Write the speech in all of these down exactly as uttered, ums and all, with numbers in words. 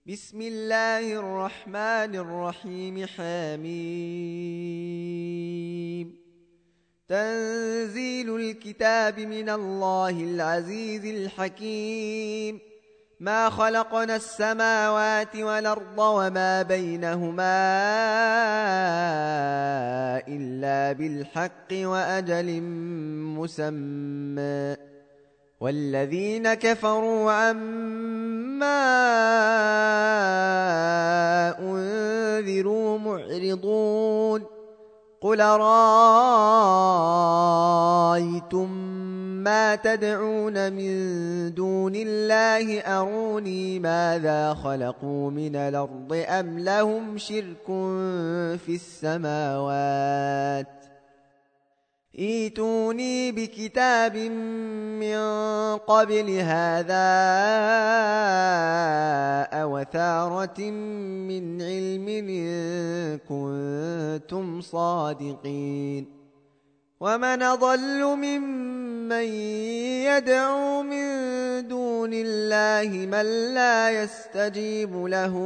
بسم الله الرحمن الرحيم. حميم. تنزيل الكتاب من الله العزيز الحكيم. ما خلقنا السماوات والأرض وما بينهما إلا بالحق وأجل مسمى، والذين كفروا عما أنذروا معرضون. قل رأيتم ما تدعون من دون الله أروني ماذا خلقوا من الأرض أم لهم شرك في السماوات، ائتوني بكتاب من قبل هذا أو أثارة من علم إن كنتم صادقين. ومن أضل ممن يدعو من دون الله من لا يستجيب له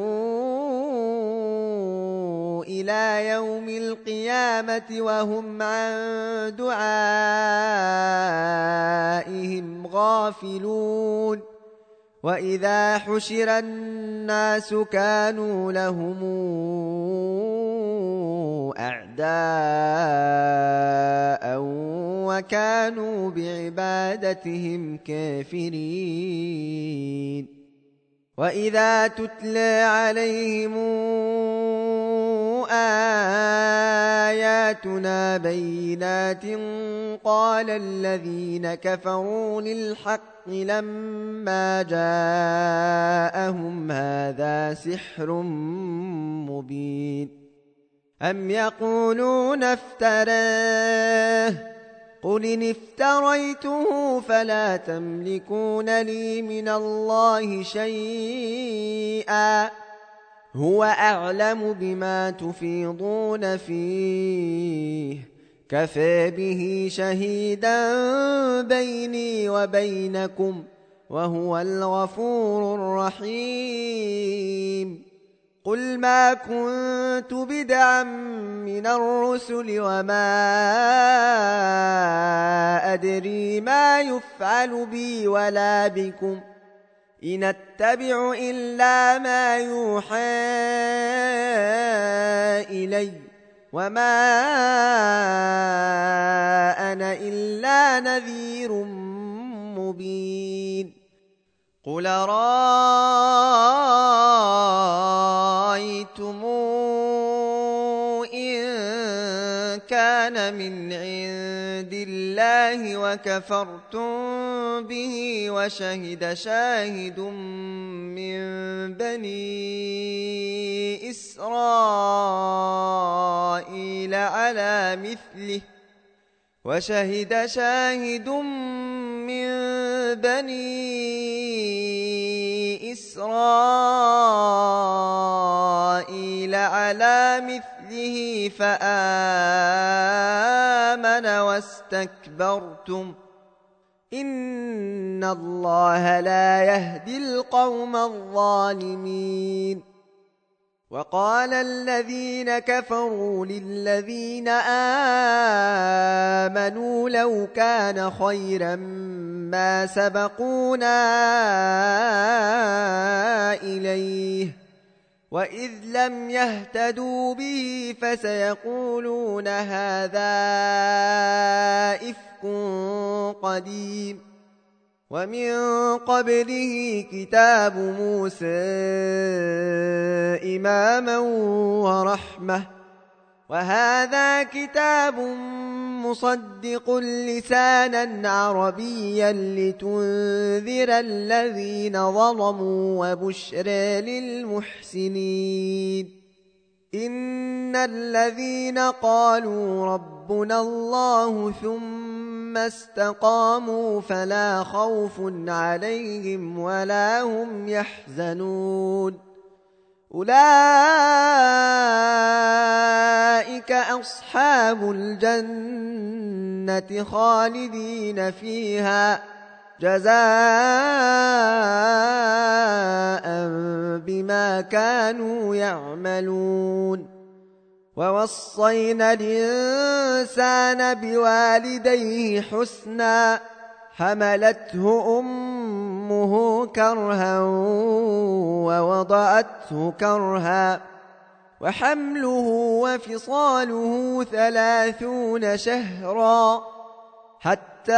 إلى يوم القيامة وهم عن دعائهم غافلون. وإذا حشر الناس كانوا لهم أعداء وكانوا بعبادتهم كافرين. وإذا تتلى عليهم آياتنا بينات قال الذين كفروا للحق لما جاءهم هذا سحر مبين. أم يقولون افتراه قل إن افتريته فلا تملكون لي من الله شيئا هو أعلم بما تفيضون فيه كفى به شهيدا بيني وبينكم وهو الغفور الرحيم. قل ما كنت بدعا من الرسل وما أدري ما يفعل بي ولا بكم إن أتبع إلا ما يوحى إلي وما أنا إلا نذير مبين. قل رأيتم إن كان من عند الله وكفرتم به وشهد شاهد من بني إسرائيل على مثله وشهد شاهد من بني إسرائيل على مثله فآمن واستكبرتم إن الله لا يهدي القوم الظالمين. وقال الذين كفروا للذين آمنوا لو كان خيرا ما سبقونا إليه وإذ لم يهتدوا به فسيقولون هذا إفك قديم. ومن قبله كتاب موسى إماما ورحمة وهذا كتاب مصدق لسانا عربيا لتنذر الذين ظلموا وبشرى للمحسنين. إن الذين قالوا ربنا الله ثم استقاموا فلا خوف عليهم ولا هم يحزنون أولئك أصحاب الجنة خالدين فيها جزاء بما كانوا يعملون. ووصينا الإنسان بوالديه حسنا حملته أمه كرها ووضعته كرها وحمله وفصاله ثلاثون شهرا حتى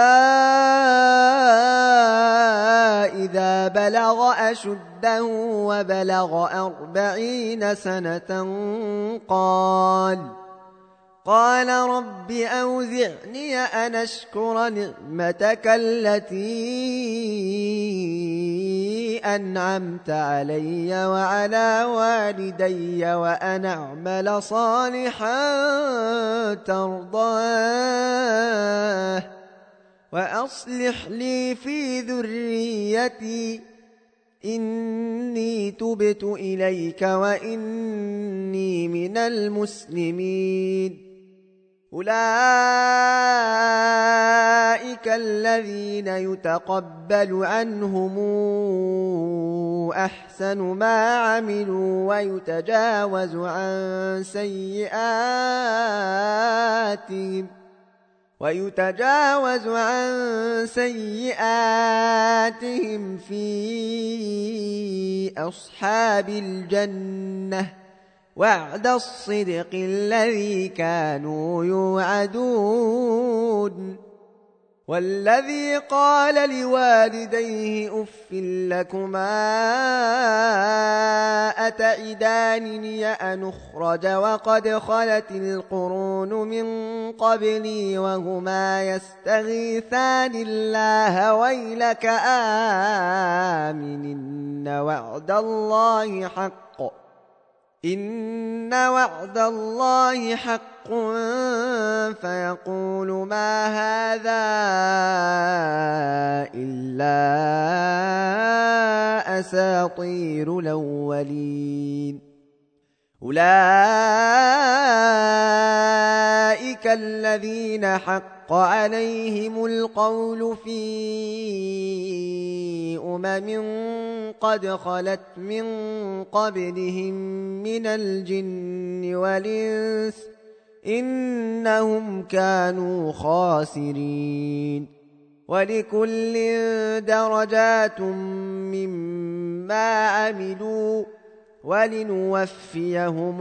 إذا بلغ أشده وبلغ أربعين سنة قال قال رب أوزعني أن أشكر نعمتك التي أنعمت علي وعلى والدي وأن أعمل صالحا ترضاه وأصلح لي في ذريتي إني تبت إليك وإني من المسلمين. أولئك الذين يتقبل عنهم أحسن ما عملوا ويتجاوز عن سيئاتهم ويتجاوز عن سيئاتهم في أصحاب الجنة وعد الصدق الذي كانوا يوعدون. والذي قال لوالديه أف لكما أتعدانني أن أخرج وقد خلت القرون من قبلي وهما يستغيثان الله ويلك آمن إن وعد الله حق إن وعد الله حق فيقول ما هذا إلا أساطير الأولين. أولئك الذين حق عليهم القول في أمم قد خلت من قبلهم من الجن والإنس إنهم كانوا خاسرين. ولكل درجات مما عملوا ولنوفيهم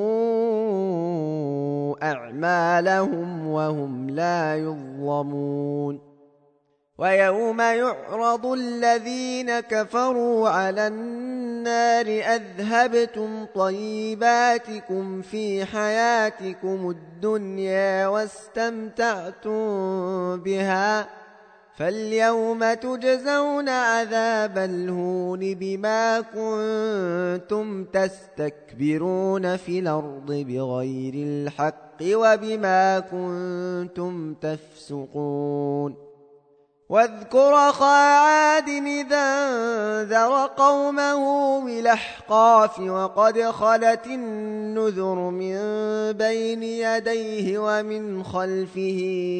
أعمالهم وهم لا يظلمون. ويوم يعرض الذين كفروا على النار أذهبتم طيباتكم في حياتكم الدنيا واستمتعتم بها فاليوم تجزون عذاب الهون بما كنتم تستكبرون في الأرض بغير الحق وبما كنتم تفسقون. واذكر أخا عاد إذا أنذر قومه بالأحقاف وقد خلت النذر من بين يديه ومن خلفه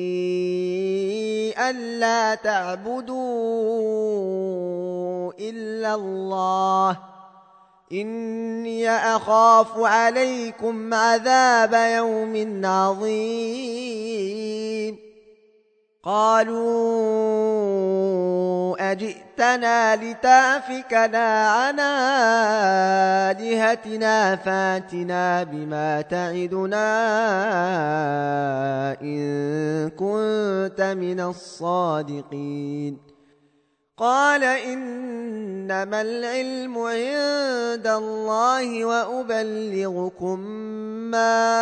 ألا تعبدوا إلا الله إني أخاف عليكم عذاب يوم عظيم. قالوا أجئتنا لتأفكنا عن آلهتنا فاتنا بما تعدنا إن كنت من الصادقين. قال إنما العلم عند الله وأبلغكم ما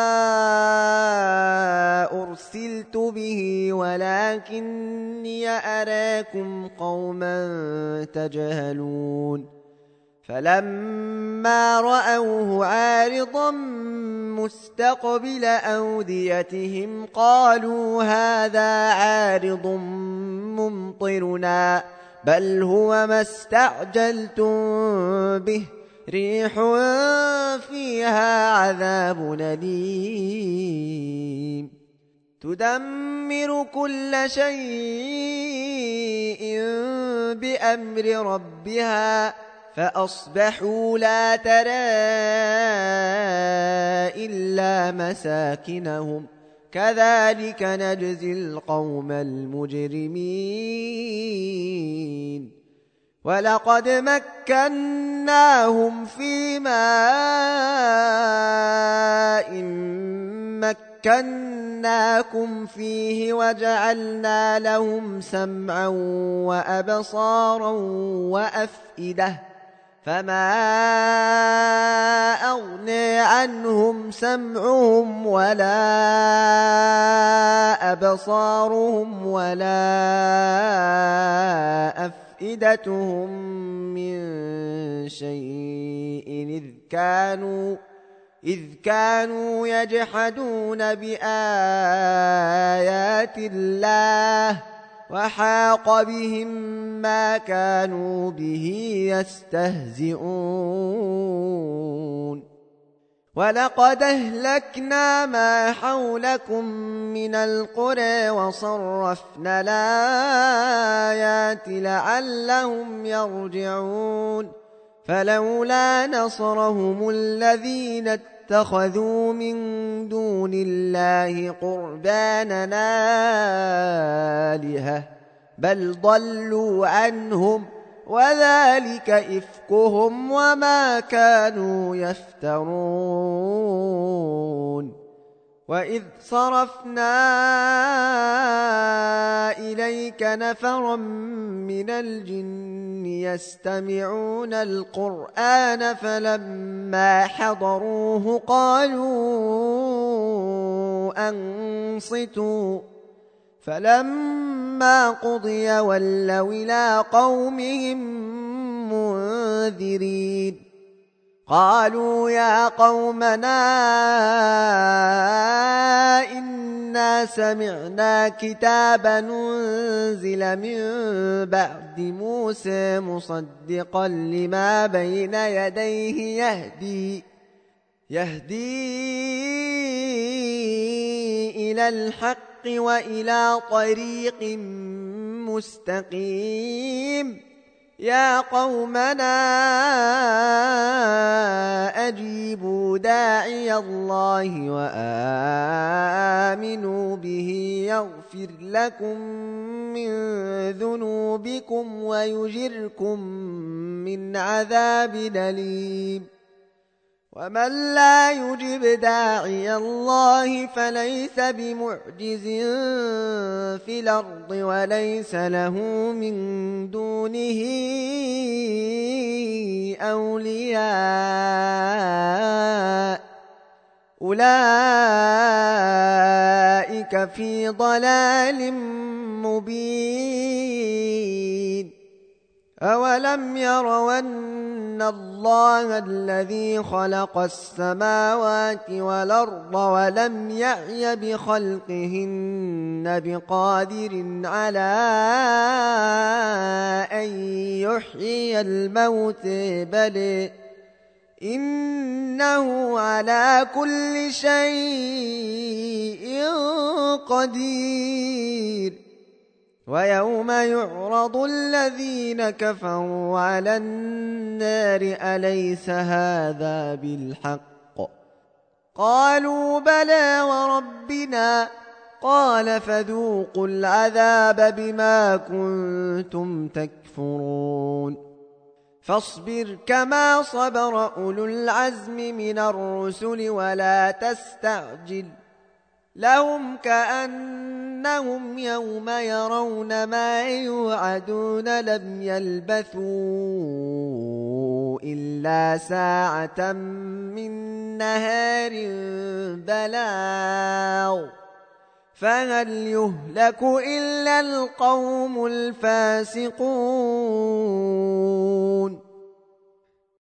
أرسلت به ولكني أراكم قوما تجهلون. فلما رأوه عارضا مستقبل أوديتهم قالوا هذا عارض ممطرنا بل هو ما استعجلتم به ريح فيها عذاب أليم تدمر كل شيء بأمر ربها فأصبحوا لا ترى إلا مساكنهم كذلك نجزي القوم المجرمين ولقد مكناهم في ماء مكناكم فيه وجعلنا لهم سمعا وأبصارا وأفئدة فما أغني عنهم سمعهم ولا أبصارهم ولا أفئدتهم من شيء إذ كانوا إذ كانوا يجحدون بآيات الله وحاق بهم ما كانوا به يستهزئون ولقد أهلكنا ما حولكم من القرى وصرفنا الآيات لعلهم يرجعون فلولا نصرهم الذين اتخذوا من دون الله قربانا آلهة بل ضلوا عنهم وذلك إفكهم وما كانوا يفترون وإذ صرفنا إليك نفرا من الجن يستمعون القرآن فلما حضروه قالوا أنصتوا فلما قضي ولوا إلى قومهم منذرين قالوا يا قومنا إنا سمعنا كتابا أنزل من بعد موسى مصدقا لما بين يديه يهدي يهدي إلى الحق وإلى طريق مستقيم يا قومنا أجيبوا داعي الله وآمنوا به يغفر لكم من ذنوبكم ويجركم من عذاب أليم ومن لا يجب داعي الله فليس بمعجز في الأرض وليس له من دونه أولياء أولئك في ضلال مبين أولم يروا أن الله الذي خلق السماوات والأرض ولم يعي بخلقهن بقادر على أن يحيي الموت بل إنه على كل شيء قدير ويوم يعرض الذين كفروا على النار أليس هذا بالحق قالوا بلى وربنا قال فذوقوا العذاب بما كنتم تكفرون فاصبر كما صبر أولو العزم من الرسل ولا تستعجل لهم كأنهم يوم يرون ما يوعدون لم يلبثوا إلا ساعة من نهار بلاغ فهل يهلك إلا القوم الفاسقون